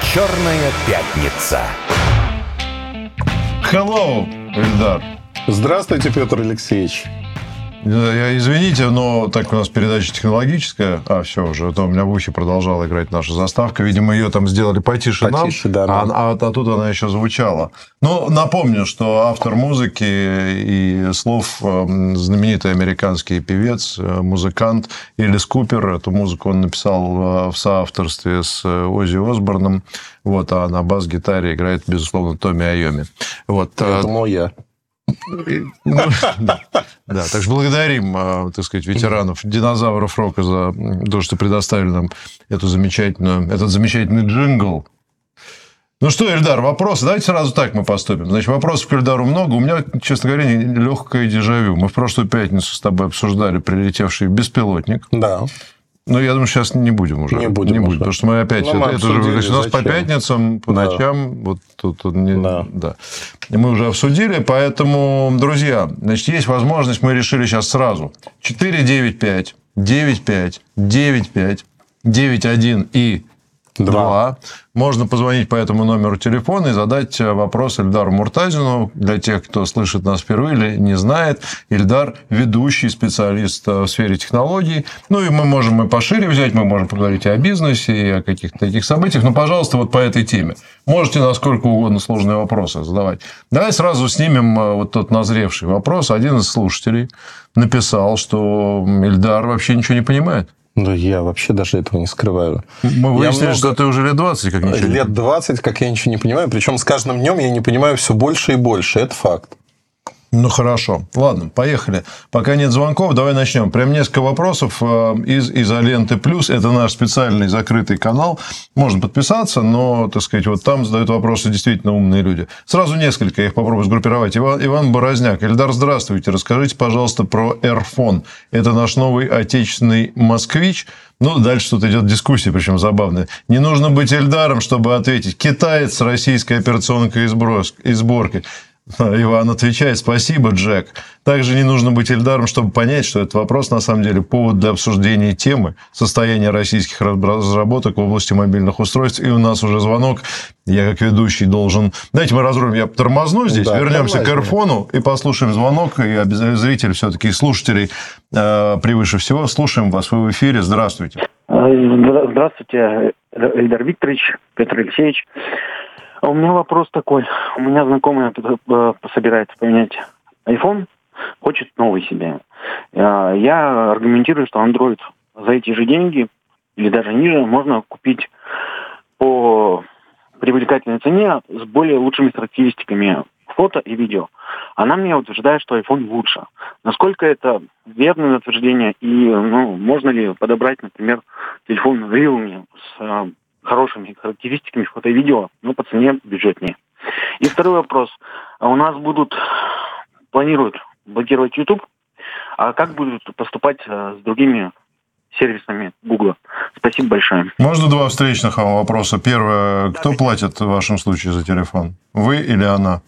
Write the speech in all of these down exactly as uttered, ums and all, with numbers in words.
Черная пятница. Hello, Ильдар. Здравствуйте, Петр Алексеевич. Я, извините, но так у нас передача технологическая. А, все уже. То у меня в ухе продолжала играть наша заставка. Видимо, ее там сделали потише, потише нам, да, а, а, а тут она еще звучала. Ну, напомню, что автор музыки и слов знаменитый американский певец, музыкант Элис Купер. Эту музыку он написал в соавторстве с Оззи Осборном. Вот, а на бас-гитаре играет, безусловно, Томми Айоми. Вот. Это мой я. Ну, да. да, так что благодарим, так сказать, ветеранов, динозавров рока за то, что предоставили нам эту замечательную, этот замечательный джингл. Ну что, Ильдар, вопросы? Давайте сразу так мы поступим. Значит, вопросов к Ильдару много. У меня, честно говоря, легкое дежавю. Мы в прошлую пятницу с тобой обсуждали прилетевший беспилотник. Да. Ну, я думаю, сейчас не будем уже. Не будем, не будем потому что мы опять... Ну, мы это уже, значит, у нас зачем? по пятницам, по да. ночам, вот тут... Не, да. Да. Мы уже обсудили, поэтому, друзья, значит, есть возможность, мы решили сейчас сразу. четыре девять пять девять пять девять пять девять один и два. Можно позвонить по этому номеру телефона и задать вопрос Ильдару Муртазину. Для тех, кто слышит нас впервые или не знает, Ильдар – ведущий специалист в сфере технологий. Ну, и мы можем и пошире взять, мы можем поговорить и о бизнесе, и о каких-то таких событиях. Но, пожалуйста, вот по этой теме. Можете насколько угодно сложные вопросы задавать. Давай сразу снимем вот тот назревший вопрос. Один из слушателей написал, что Ильдар вообще ничего не понимает. Да я вообще даже этого не скрываю. Мы выяснили, много... что ты уже лет двадцать как ничего Лет двадцать, как я ничего не понимаю. Причем с каждым днем я не понимаю все больше и больше. Это факт. Ну, хорошо. Ладно, поехали. Пока нет звонков, давай начнем. Прям несколько вопросов из «Изоленты Плюс». Это наш специальный закрытый канал. Можно подписаться, но, так сказать, вот там задают вопросы действительно умные люди. Сразу несколько, я их попробую сгруппировать. Иван, Иван Борозняк. Ильдар, здравствуйте. Расскажите, пожалуйста, про Airphone. Это наш новый отечественный москвич. Ну, дальше тут идет дискуссия, причем забавная. Не нужно быть Ильдаром, чтобы ответить. Китаец с российской операционкой и сборкой. Иван отвечает: спасибо, Джек. Также не нужно быть Ильдаром, чтобы понять, что этот вопрос на самом деле повод для обсуждения темы состояния российских разработок в области мобильных устройств. И у нас уже звонок. Я как ведущий должен... Давайте мы разрулим. Я тормозну здесь, да, вернемся к Airphone и послушаем звонок. И зритель все-таки, слушателей э, превыше всего. Слушаем вас, вы в эфире. Здравствуйте. Здравствуйте, Ильдар Викторович, Петр Алексеевич. У меня вопрос такой. У меня знакомый собирается поменять iPhone, хочет новый себе. Я аргументирую, что Android за эти же деньги, или даже ниже, можно купить по привлекательной цене с более лучшими характеристиками фото и видео. Она мне утверждает, что iPhone лучше. Насколько это верное утверждение? И ну, можно ли подобрать, например, телефон Realme с хорошими характеристиками фото и видео, но по цене бюджетнее. И второй вопрос. У нас будут, планируют блокировать YouTube, а как будут поступать с другими сервисами Google? Спасибо большое. Можно два встречных вам вопроса? Первое. Кто платит в вашем случае за телефон? Вы или она?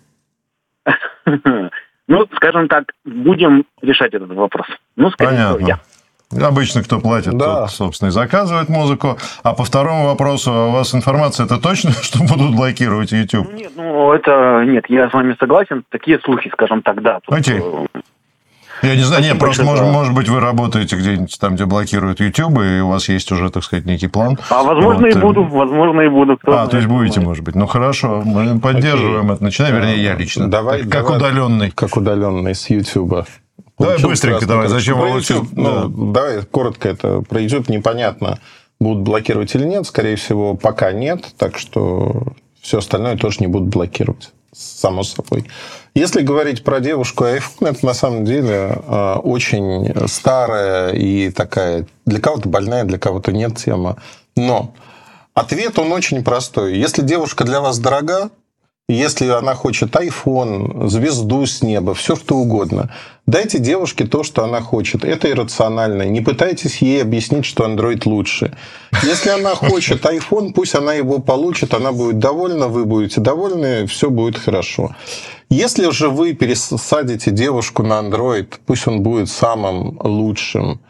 Ну, скажем так, будем решать этот вопрос. Ну, скорее всего, я. Обычно кто платит, да. Тот, собственно, и заказывает музыку. А по второму вопросу, у вас информация, это точно, что будут блокировать YouTube? Ну, нет, ну, это... Нет, я с вами согласен. Такие слухи, скажем так, да. Тут... Окей. Я не знаю, нет, просто, может, может быть, вы работаете где-нибудь там, где блокируют YouTube, и у вас есть уже, так сказать, некий план. А возможно, вот. и буду, возможно, и буду. Кто а, то есть будете, понимает. Может быть. Ну, хорошо, мы поддерживаем Окей. это. Начинаем, вернее, я лично. Давай, как давай, удаленный. Как удаленный с YouTube. Давай быстренько, давай. Зачем YouTube, ну, да. Давай коротко это. Про YouTube непонятно, будут блокировать или нет. Скорее всего, пока нет. Так что все остальное тоже не будут блокировать. Само собой. Если говорить про девушку iPhone, это на самом деле очень старая и такая для кого-то больная, для кого-то нет тема. Но ответ, он очень простой. Если девушка для вас дорога, если она хочет iPhone, звезду с неба, все что угодно, дайте девушке то, что она хочет. Это иррационально. Не пытайтесь ей объяснить, что Android лучше. Если она хочет iPhone, пусть она его получит, она будет довольна, вы будете довольны, все будет хорошо. Если же вы пересадите девушку на Android, пусть он будет самым лучшим,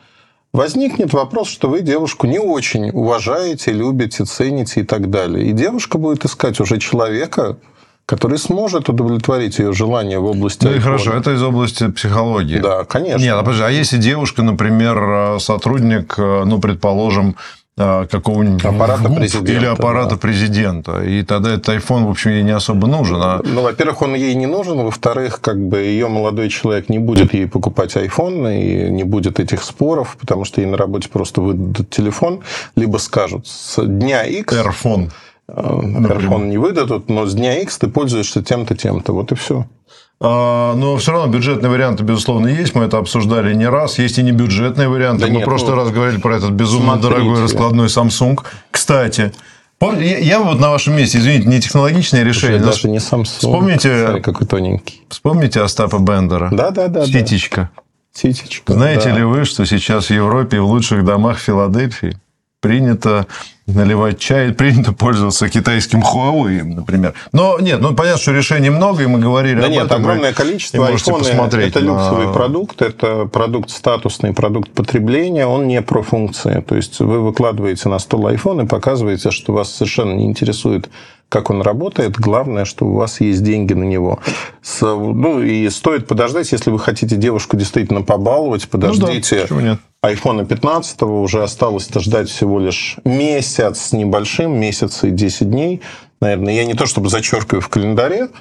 возникнет вопрос, что вы девушку не очень уважаете, любите, цените и так далее. И девушка будет искать уже человека, который сможет удовлетворить ее желание в области Ну и айфона. хорошо, это из области психологии. Да, конечно. Нет, подожди, а если девушка, например, сотрудник, ну, предположим, какого-нибудь аппарата ГУП президента, или аппарата да. президента, и тогда этот iPhone, в общем, ей не особо нужен. А... Ну, во-первых, он ей не нужен, во-вторых, как бы ее молодой человек не будет ей покупать iPhone, и не будет этих споров, потому что ей на работе просто выдадут телефон, либо скажут, с дня X... Airphone. Airphone не выдадут, но с дня X ты пользуешься тем-то, тем-то. Вот и все. Но все равно бюджетные варианты, безусловно, есть. Мы это обсуждали не раз. Есть и не бюджетные варианты. Да Мы нет, в прошлый ну, раз говорили про этот безумно смотрите. дорогой раскладной Samsung. Кстати, помните, я вот на вашем месте, извините, не технологичное решение. Даже не Samsung. Вспомните, Смотри, какой тоненький. Вспомните Остапа Бендера. Да, да, да. Ситечка. Ситечка. Знаете да. ли вы, что сейчас в Европе и в лучших домах Филадельфии принято наливать чай, принято пользоваться китайским Huawei, например. Но нет, ну понятно, что решений много, и мы говорили да об нет, этом. огромное количество. Айфоны – это люксовый на... продукт, это продукт статусный, продукт потребления, он не про функции. То есть вы выкладываете на стол iPhone и показываете, что вас совершенно не интересует, как он работает. Главное, что у вас есть деньги на него. С, ну, и стоит подождать, если вы хотите девушку действительно побаловать, подождите. Ну, да, айфона пятнадцатого уже осталось-то ждать всего лишь месяц с небольшим, месяц и десять дней. Наверное, я не то чтобы зачеркиваю в календаре,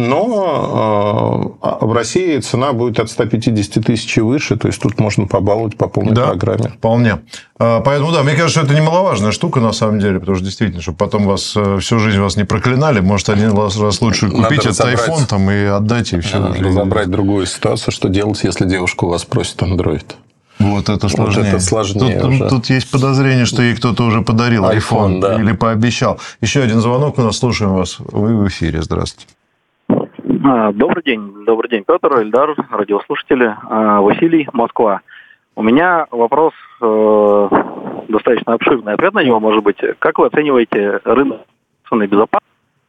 но э, в России цена будет от ста пятидесяти тысяч и выше, то есть тут можно побаловать по полной да, программе. Вполне. Поэтому, да, мне кажется, это немаловажная штука на самом деле, потому что действительно, чтобы потом вас всю жизнь вас не проклинали, может, один раз лучше купить этот iPhone там, и отдать, и все. Надо разобрать другую ситуацию, что делать, если девушка у вас просит Android. Вот это сложнее. Вот это сложнее тут, уже. Тут есть подозрение, что ей кто-то уже подарил iPhone, iPhone да. или пообещал. Еще один звонок у нас. Слушаем вас. Вы в эфире. Здравствуйте. Добрый день. Добрый день, Петр, Эльдар, радиослушатели. Василий, Москва. У меня вопрос э, достаточно обширный. Ответ на него может быть. Как вы оцениваете рынок информационной безопасности?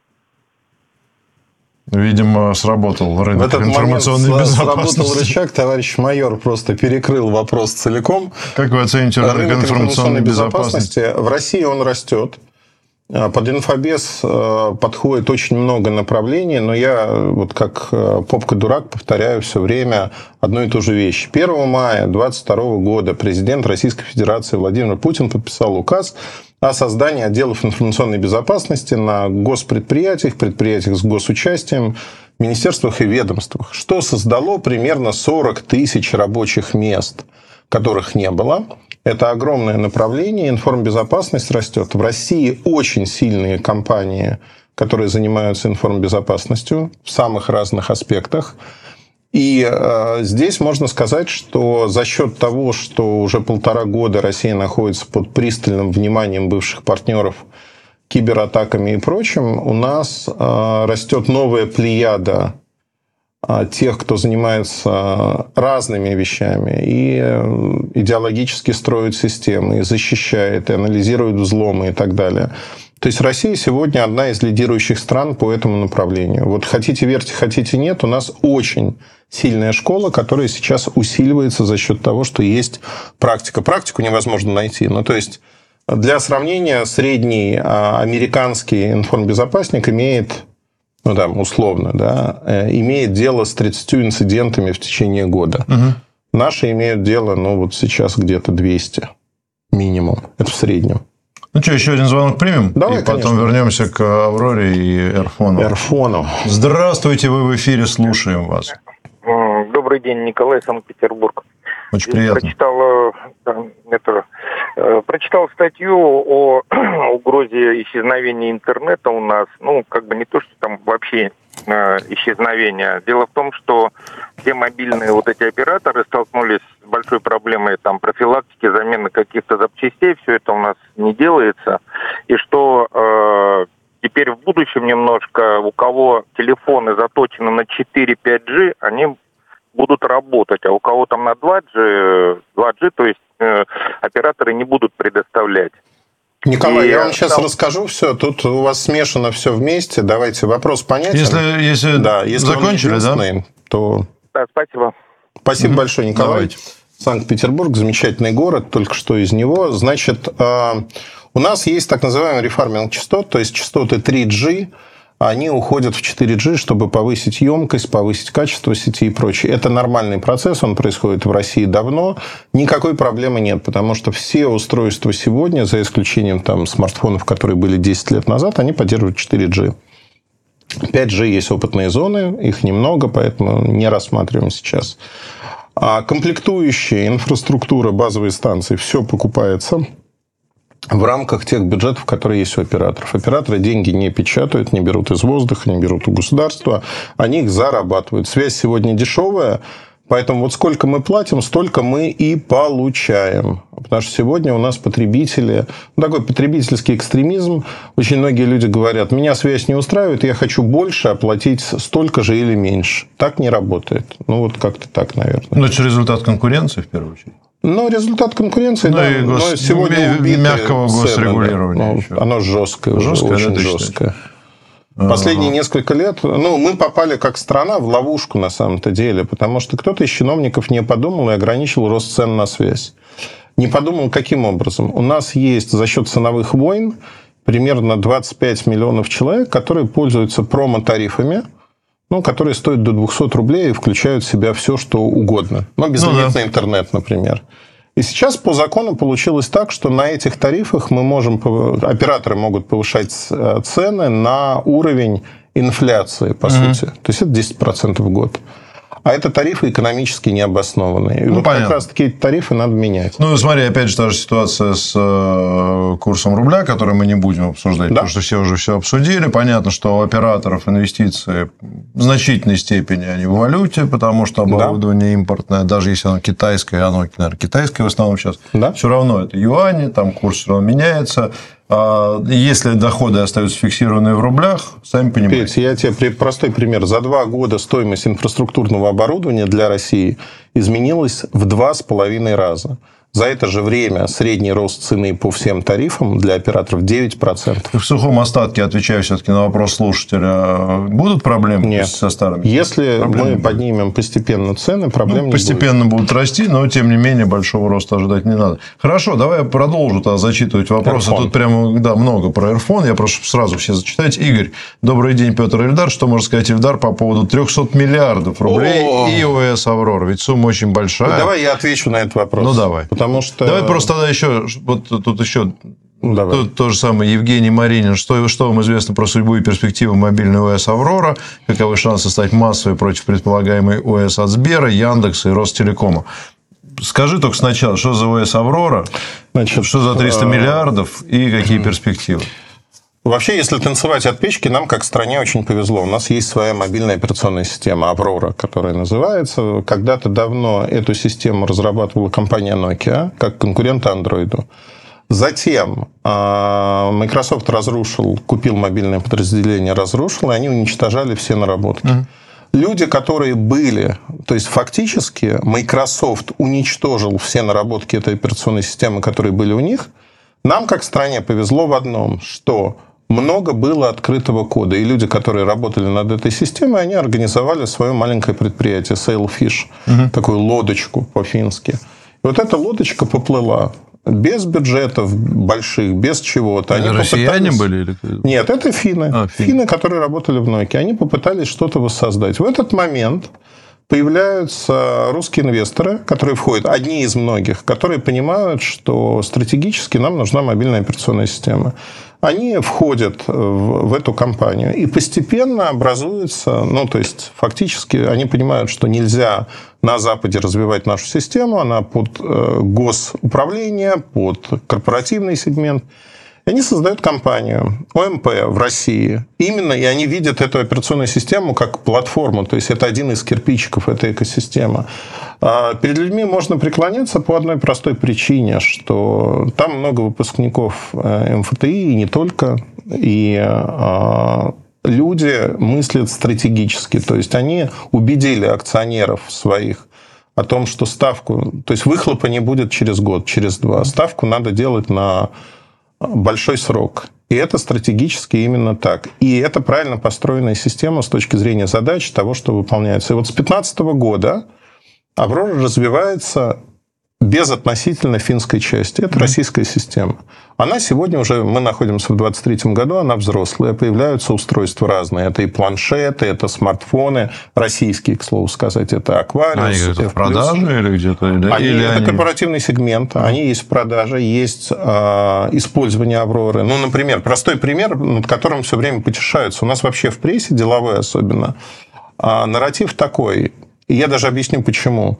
Видимо, сработал рынок информационной безопасности. Сработал рычаг, товарищ майор просто перекрыл вопрос целиком. Как вы оцените рынок, рынок информационной, информационной безопасности? безопасности? В России он растет. Под инфобез подходит очень много направлений, но я вот как попка-дурак повторяю все время одну и ту же вещь. первого мая две тысячи двадцать второго года президент Российской Федерации Владимир Путин подписал указ о создании отделов информационной безопасности на госпредприятиях, предприятиях с госучастием, министерствах и ведомствах, что создало примерно сорок тысяч рабочих мест, которых не было. Это огромное направление, информбезопасность растет. В России очень сильные компании, которые занимаются информбезопасностью в самых разных аспектах. И э, здесь можно сказать, что за счет того, что уже полтора года Россия находится под пристальным вниманием бывших партнеров кибератаками и прочим, у нас э, растет новая плеяда тех, кто занимается разными вещами и идеологически строит системы, и защищает, и анализирует взломы и так далее. То есть Россия сегодня одна из лидирующих стран по этому направлению. Вот хотите верьте, хотите нет, у нас очень сильная школа, которая сейчас усиливается за счет того, что есть практика. Практику невозможно найти. Ну, то есть для сравнения, средний американский информбезопасник имеет... ну, там, условно, да, имеет дело с тридцатью инцидентами в течение года. Угу. Наши имеют дело, ну, вот сейчас где-то двести минимум. Это в среднем. Ну что, еще один звонок примем? Давай, и потом конечно. вернемся к Авроре и Эрфону. Эрфону. Здравствуйте, вы в эфире, слушаем вас. Добрый день, Николай, Санкт-Петербург. Очень приятно. Прочитал, это, прочитал статью о угрозе исчезновения интернета у нас. Ну, как бы не то, что там вообще исчезновение. Дело в том, что все мобильные вот эти операторы столкнулись с большой проблемой там профилактики, замены каких-то запчастей. Все это у нас не делается. И что э, теперь в будущем немножко у кого телефоны заточены на четыре-пять джи, они будут работать, а у кого там на два джи, два джи, то есть э, операторы не будут предоставлять. Николай, и я вам сейчас там... расскажу все. Тут у вас смешано все вместе. Давайте, вопрос понятен. Если, если, да, если закончили, да? То... Да, спасибо. Спасибо mm-hmm. большое, Николай. Давайте. Санкт-Петербург, замечательный город, только что из него. Значит, у нас есть так называемый рефарминг частот, то есть частоты три джи, они уходят в четыре джи, чтобы повысить емкость, повысить качество сети и прочее. Это нормальный процесс, он происходит в России давно. Никакой проблемы нет, потому что все устройства сегодня, за исключением там, смартфонов, которые были десять лет назад, они поддерживают четыре джи. пять джи есть опытные зоны, их немного, поэтому не рассматриваем сейчас. А комплектующие, инфраструктура, базовые станции, все покупается в рамках тех бюджетов, которые есть у операторов. Операторы деньги не печатают, не берут из воздуха, не берут у государства. Они их зарабатывают. Связь сегодня дешевая, поэтому вот сколько мы платим, столько мы и получаем. Потому что сегодня у нас потребители... Ну, такой потребительский экстремизм. Очень многие люди говорят, меня связь не устраивает, я хочу больше оплатить столько же или меньше. Так не работает. Ну, вот как-то так, наверное. Ну, это же результат конкуренции, в первую очередь. Ну, результат конкуренции, ну, да. И гос... Но сегодня мягкого цены, госрегулирования. Да. Ну, оно жесткое, жесткое уже, очень жесткое. Последние ага. несколько лет, ну, мы попали как страна в ловушку на самом-то деле, потому что кто-то из чиновников не подумал и ограничил рост цен на связь. Не подумал, каким образом. У нас есть за счет ценовых войн примерно двадцать пять миллионов человек, которые пользуются промо-тарифами, ну, которые стоят до двухсот рублей и включают в себя все, что угодно. Ну, безлимитный ну, да. интернет, например. И сейчас по закону получилось так, что на этих тарифах мы можем, операторы могут повышать цены на уровень инфляции, по mm-hmm. сути. То есть это десять процентов в год. А это тарифы экономически необоснованные. И ну, вот понятно. Как раз таки эти тарифы надо менять. Ну, смотри, опять же, та же ситуация с э, курсом рубля, которую мы не будем обсуждать, да? Потому что все уже все обсудили. Понятно, что у операторов инвестиции в значительной степени они в валюте, потому что оборудование да. импортное, даже если оно китайское, оно, наверное, китайское в основном сейчас, да? Все равно это юани, там курс все равно меняется. Если доходы остаются фиксированные в рублях, сами понимаете. Петь, я тебе простой пример. За два года стоимость инфраструктурного оборудования для России изменилась в два с половиной раза. За это же время средний рост цены по всем тарифам для операторов девять процентов. В сухом остатке, отвечаю все-таки на вопрос слушателя, будут проблемы Нет. со старыми? Если проблемы мы поднимем постепенно цены, проблем ну, не постепенно будет. будут расти, но, тем не менее, большого роста ожидать не надо. Хорошо, давай я продолжу тогда зачитывать вопросы. Airphone. Тут прямо да, много про Airphone. Я прошу сразу все зачитать. Игорь, добрый день, Петр и Ильдар. Что может сказать Ильдар по поводу трехсот миллиардов рублей О! и iOS Aurora? Ведь сумма очень большая. Ну, давай я отвечу на этот вопрос. Ну, давай. Потому что... Давай просто тогда еще, вот тут еще Давай. Тут то же самое Евгений Маринин. Что, что вам известно про судьбу и перспективы мобильной ОС «Аврора»? Каковы шансы стать массовой против предполагаемой ОС от Сбера, Яндекса и Ростелекома? Скажи только сначала, что за ОС «Аврора», Значит, что за триста миллиардов и какие перспективы? Вообще, если танцевать от печки, нам, как стране, очень повезло. У нас есть своя мобильная операционная система «Аврора», которая называется. Когда-то давно эту систему разрабатывала компания Nokia, как конкурент Android. Затем Microsoft разрушил, купил мобильное подразделение, разрушил, и они уничтожали все наработки. Mm-hmm. Люди, которые были... То есть, фактически, Microsoft уничтожил все наработки этой операционной системы, которые были у них. Нам, как стране, повезло в одном, что... Много было открытого кода. И люди, которые работали над этой системой, они организовали свое маленькое предприятие Sailfish. Угу. Такую лодочку по-фински. И вот эта лодочка поплыла. Без бюджетов больших, без чего-то. Они россияне попытались... были? Или... Нет, это финны. А, финны. Финны, которые работали в Nokia. Они попытались что-то воссоздать. В этот момент... появляются русские инвесторы, которые входят, одни из многих, которые понимают, что стратегически нам нужна мобильная операционная система. Они входят в, в эту компанию и постепенно образуются, ну, то есть, фактически они понимают, что нельзя на Западе развивать нашу систему, она под э, госуправление, под корпоративный сегмент. И они создают компанию о эм пэ в России. Именно, и они видят эту операционную систему как платформу. То есть, это один из кирпичиков этой экосистемы. Перед людьми можно преклоняться по одной простой причине, что там много выпускников эм эф тэ и, и не только. И люди мыслят стратегически. То есть, они убедили акционеров своих о том, что ставку... То есть, выхлопа не будет через год, через два. Ставку надо делать на... большой срок. И это стратегически именно так. И это правильно построенная система с точки зрения задач того, что выполняется. И вот с две тысячи пятнадцатого года «Аврора» развивается безотносительно финской части. Это mm-hmm. российская система. Она сегодня уже, мы находимся в двадцать третьем году, она взрослая, появляются устройства разные. Это и планшеты, это смартфоны, российские, к слову сказать, это Aquarius. Они где-то в продаже или где-то? Да? Они, или это они... корпоративный сегмент, они есть в продаже, есть э, использование Авроры. Ну, например, простой пример, над которым все время потешаются. У нас вообще в прессе, деловой особенно, э, нарратив такой, и я даже объясню, почему.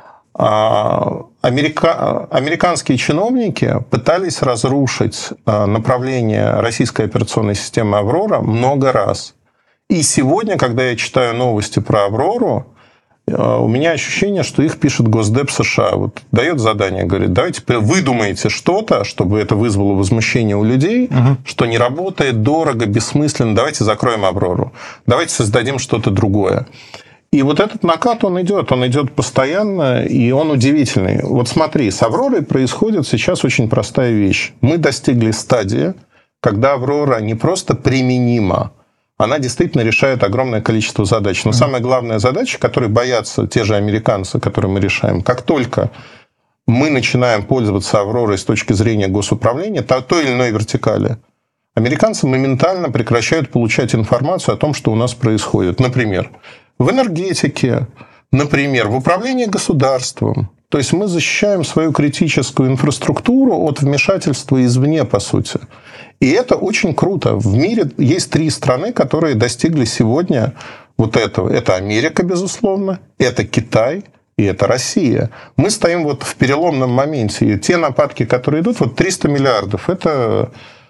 Америка... Американские чиновники пытались разрушить направление российской операционной системы «Аврора» много раз. И сегодня, когда я читаю новости про «Аврору», у меня ощущение, что их пишет Госдеп США. Вот дает задание, говорит, давайте выдумайте что-то, чтобы это вызвало возмущение у людей, угу. что не работает, дорого, бессмысленно, давайте закроем «Аврору», давайте создадим что-то другое. И вот этот накат, он идет, он идет постоянно, и он удивительный. Вот смотри, с «Авророй» происходит сейчас очень простая вещь. Мы достигли стадии, когда «Аврора» не просто применима, она действительно решает огромное количество задач. Но самая главная задача, которой боятся те же американцы, которые мы решаем, как только мы начинаем пользоваться «Авророй» с точки зрения госуправления, той или иной вертикали, американцы моментально прекращают получать информацию о том, что у нас происходит. Например, в энергетике, например, в управлении государством. То есть мы защищаем свою критическую инфраструктуру от вмешательства извне, по сути. И это очень круто. В мире есть три страны, которые достигли сегодня вот этого. Это Америка, безусловно, это Китай и это Россия. Мы стоим вот в переломном моменте. И те нападки, которые идут, вот триста миллиардов, это...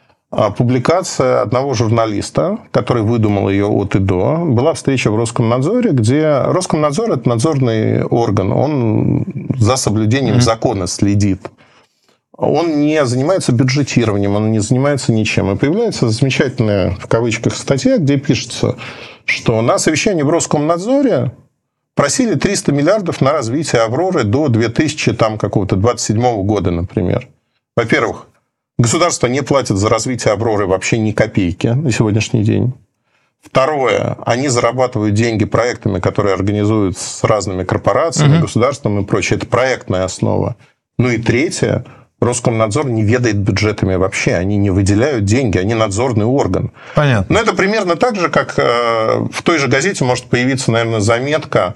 публикация одного журналиста, который выдумал ее от и до. Была встреча в Роскомнадзоре, где... Роскомнадзор – это надзорный орган. Он за соблюдением mm-hmm. закона следит. Он не занимается бюджетированием, он не занимается ничем. И появляется замечательная, в кавычках, статья, где пишется, что на совещании в Роскомнадзоре просили триста миллиардов на развитие «Авроры» до две тысячи двадцать седьмого года, например. Во-первых, государство не платит за развитие «Авроры» вообще ни копейки на сегодняшний день. Второе. Они зарабатывают деньги проектами, которые организуют с разными корпорациями, угу. государством и прочее. Это проектная основа. Ну и третье. Роскомнадзор не ведает бюджетами вообще. Они не выделяют деньги. Они надзорный орган. Понятно. Но это примерно так же, как в той же газете может появиться, наверное, заметка.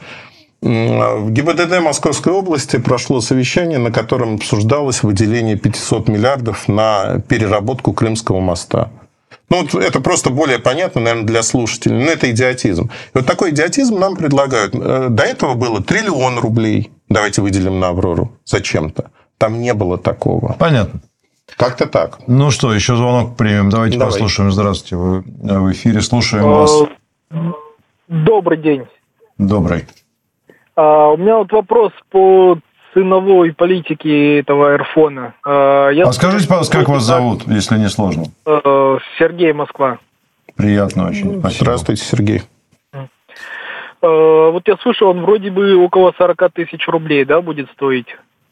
В ГИБДД Московской области прошло совещание, на котором обсуждалось выделение пятьсот миллиардов на переработку Крымского моста. Ну, вот это просто более понятно, наверное, для слушателей. Но это идиотизм. И вот такой идиотизм нам предлагают. До этого было триллион рублей. Давайте выделим на «Аврору» зачем-то. Там не было такого. Понятно. Как-то так. Ну что, еще звонок примем. Давайте Давай. послушаем. Здравствуйте. Вы в эфире. Слушаем вас. Добрый день. Добрый. Uh, у меня вот вопрос по ценовой политике этого айфона. Uh, я... А скажите, пожалуйста, как вас зовут, если не сложно? Uh, Сергей, Москва. Приятно очень. Спасибо. Здравствуйте, Сергей. Uh, вот я слышал, он вроде бы около сорок тысяч рублей, да, будет стоить?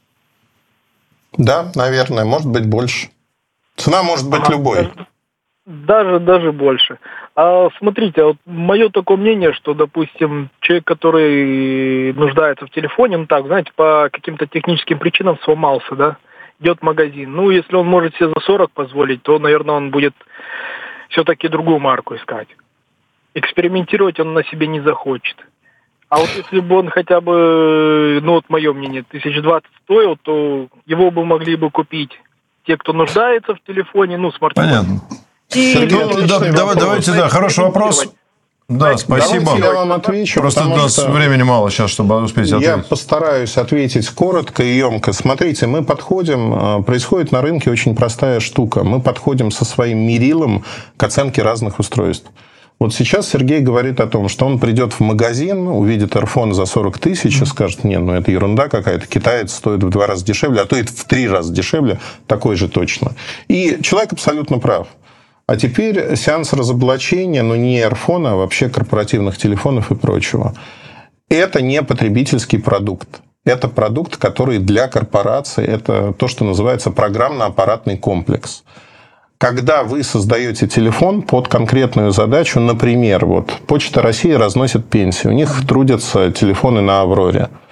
Да, наверное, может быть больше. Цена может быть ага, любой. Даже, даже больше. А смотрите, вот мое такое мнение, что, допустим, человек, который нуждается в телефоне, ну так, знаете, по каким-то техническим причинам сломался, да, идет в магазин. Ну, если он может себе за сорок позволить, то, наверное, он будет все-таки другую марку искать. Экспериментировать он на себе не захочет. А вот если бы он хотя бы, ну вот мое мнение, тысяч двадцать стоил, то его бы могли бы купить те, кто нуждается в телефоне, ну, смартфоне. Понятно. Сергей, ну, да, давай, давайте, да, хороший вопрос. Да, спасибо. Давайте я вам отвечу. Просто у нас времени мало сейчас, чтобы успеть ответить. Я постараюсь ответить коротко и емко. Смотрите, мы подходим, происходит на рынке очень простая штука. Мы подходим со своим мерилом к оценке разных устройств. Вот сейчас Сергей говорит о том, что он придет в магазин, увидит Airphone за сорок тысяч и скажет, нет, ну это ерунда какая-то, китаец стоит в два раза дешевле, а то и в три раза дешевле, такой же точно. И человек абсолютно прав. А теперь сеанс разоблачения, но не Airphone, а вообще корпоративных телефонов и прочего. Это не потребительский продукт. Это продукт, который для корпорации, это то, что называется программно-аппаратный комплекс. Когда вы создаете телефон под конкретную задачу, например, вот Почта России разносит пенсии, у них трудятся телефоны на «Авроре».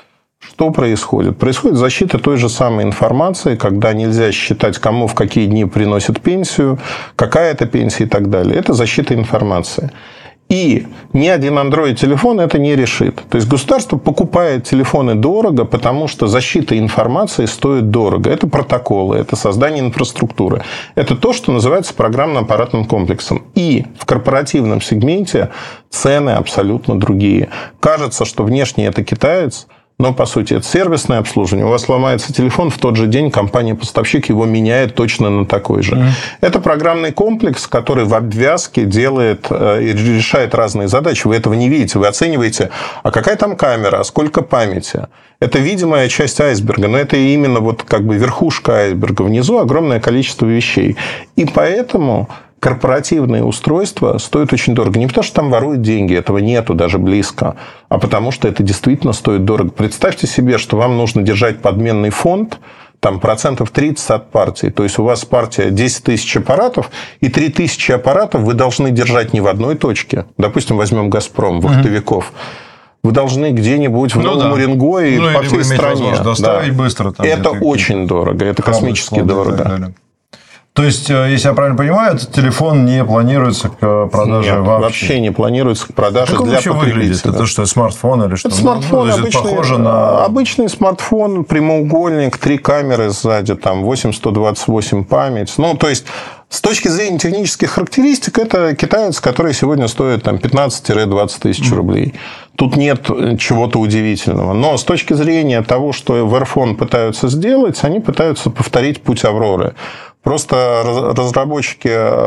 Что происходит? Происходит защита той же самой информации, когда нельзя считать, кому в какие дни приносят пенсию, какая это пенсия и так далее. Это защита информации. И ни один Android-телефон это не решит. То есть государство покупает телефоны дорого, потому что защита информации стоит дорого. Это протоколы, это создание инфраструктуры. Это то, что называется программно-аппаратным комплексом. И в корпоративном сегменте цены абсолютно другие. Кажется, что внешне это китаец, но, по сути, это сервисное обслуживание. У вас ломается телефон, в тот же день компания-поставщик его меняет точно на такой же. Mm. Это программный комплекс, который в обвязке делает и решает разные задачи. Вы этого не видите. Вы оцениваете, а какая там камера, а сколько памяти. Это видимая часть айсберга, но это именно вот как бы верхушка айсберга. Внизу огромное количество вещей. И поэтому корпоративные устройства стоят очень дорого. Не потому, что там воруют деньги, этого нету даже близко, а потому, что это действительно стоит дорого. Представьте себе, что вам нужно держать подменный фонд, там процентов тридцать от партии. То есть, у вас партия десять тысяч аппаратов, и три тысячи аппаратов вы должны держать не в одной точке. Допустим, возьмем «Газпром», вахтовиков. Вы должны где-нибудь в ну, Новом да. Уренгое ну, по всей стране. Доставить да. быстро. Там, это очень дорого, это космически дорого. То есть, если я правильно понимаю, этот телефон не планируется к продаже Нет, вообще? вообще не планируется к продаже как для потребителя. Выглядит? Это что, смартфон или что? Это смартфон, ну, обычный, похоже на... обычный смартфон, прямоугольник, три камеры сзади, там восемь сто двадцать восемь память. Ну, то есть, с точки зрения технических характеристик, это китаец, который сегодня стоит там, пятнадцать-двадцать тысяч рублей. Тут нет чего-то удивительного. Но с точки зрения того, что в Airphone пытаются сделать, они пытаются повторить путь Авроры. Просто разработчики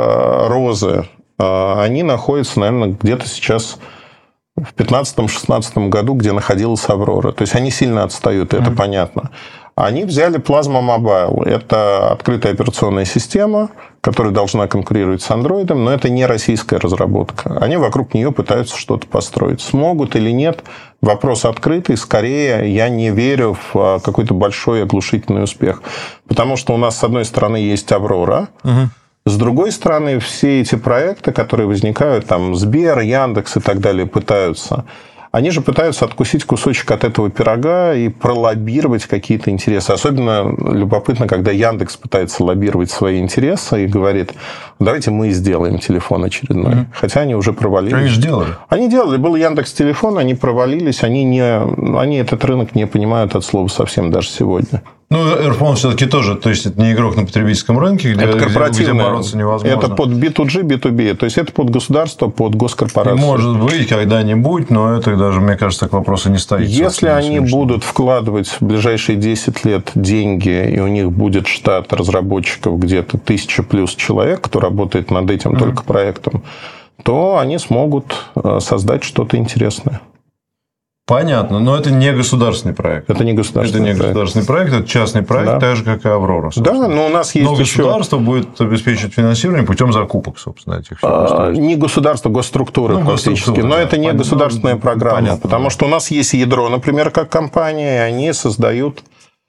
Розы, они находятся, наверное, где-то сейчас в пятнадцатом-шестнадцатом году, где находилась Аврора. То есть, они сильно отстают, это mm-hmm. понятно. Они взяли Plasma Mobile. Это открытая операционная система, которая должна конкурировать с Android, но это не российская разработка. Они вокруг нее пытаются что-то построить. Смогут или нет, вопрос открытый. Скорее, я не верю в какой-то большой оглушительный успех. Потому что у нас, с одной стороны, есть Аврора. Угу. С другой стороны, все эти проекты, которые возникают, там, Сбер, Яндекс и так далее, пытаются... Они же пытаются откусить кусочек от этого пирога и пролоббировать какие-то интересы. Особенно любопытно, когда Яндекс пытается лоббировать свои интересы и говорит, давайте мы сделаем телефон очередной. Mm-hmm. Хотя они уже провалились. Они же делали. Они делали. Был Яндекс.Телефон, они провалились. Они, не, они этот рынок не понимают от слова совсем даже сегодня. Ну, Airphone все-таки тоже, то есть, это не игрок на потребительском рынке, где, это где бороться невозможно. Это под би ту джи, би ту би, то есть, это под государство, под госкорпорацию. И может быть, когда-нибудь, но это даже, мне кажется, так вопроса не стоит. Если они будут вкладывать в ближайшие десять лет деньги, и у них будет штат разработчиков где-то тысяча плюс человек, кто работает над этим mm-hmm. только проектом, то они смогут создать что-то интересное. Понятно, но это не государственный проект. Это не государственный проект. Это не государственный проект, это частный проект, да. так же, как и Аврора. Да, но у нас есть но еще... государство будет обеспечивать финансирование путем закупок, собственно, этих всех а, Не государство, госструктуры ну, фактически, но это не Понятно. государственная программа. Понятно, потому да. что у нас есть ядро, например, как компания, и они создают...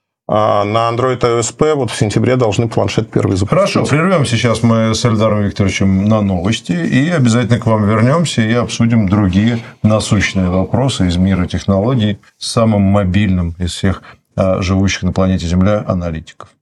На Android ай о эс пи вот в сентябре должны планшет первый запустить. Хорошо, прервем сейчас мы с Эльдаром Викторовичем на новости и обязательно к вам вернемся и обсудим другие насущные вопросы из мира технологий с самым мобильным из всех живущих на планете Земля аналитиков.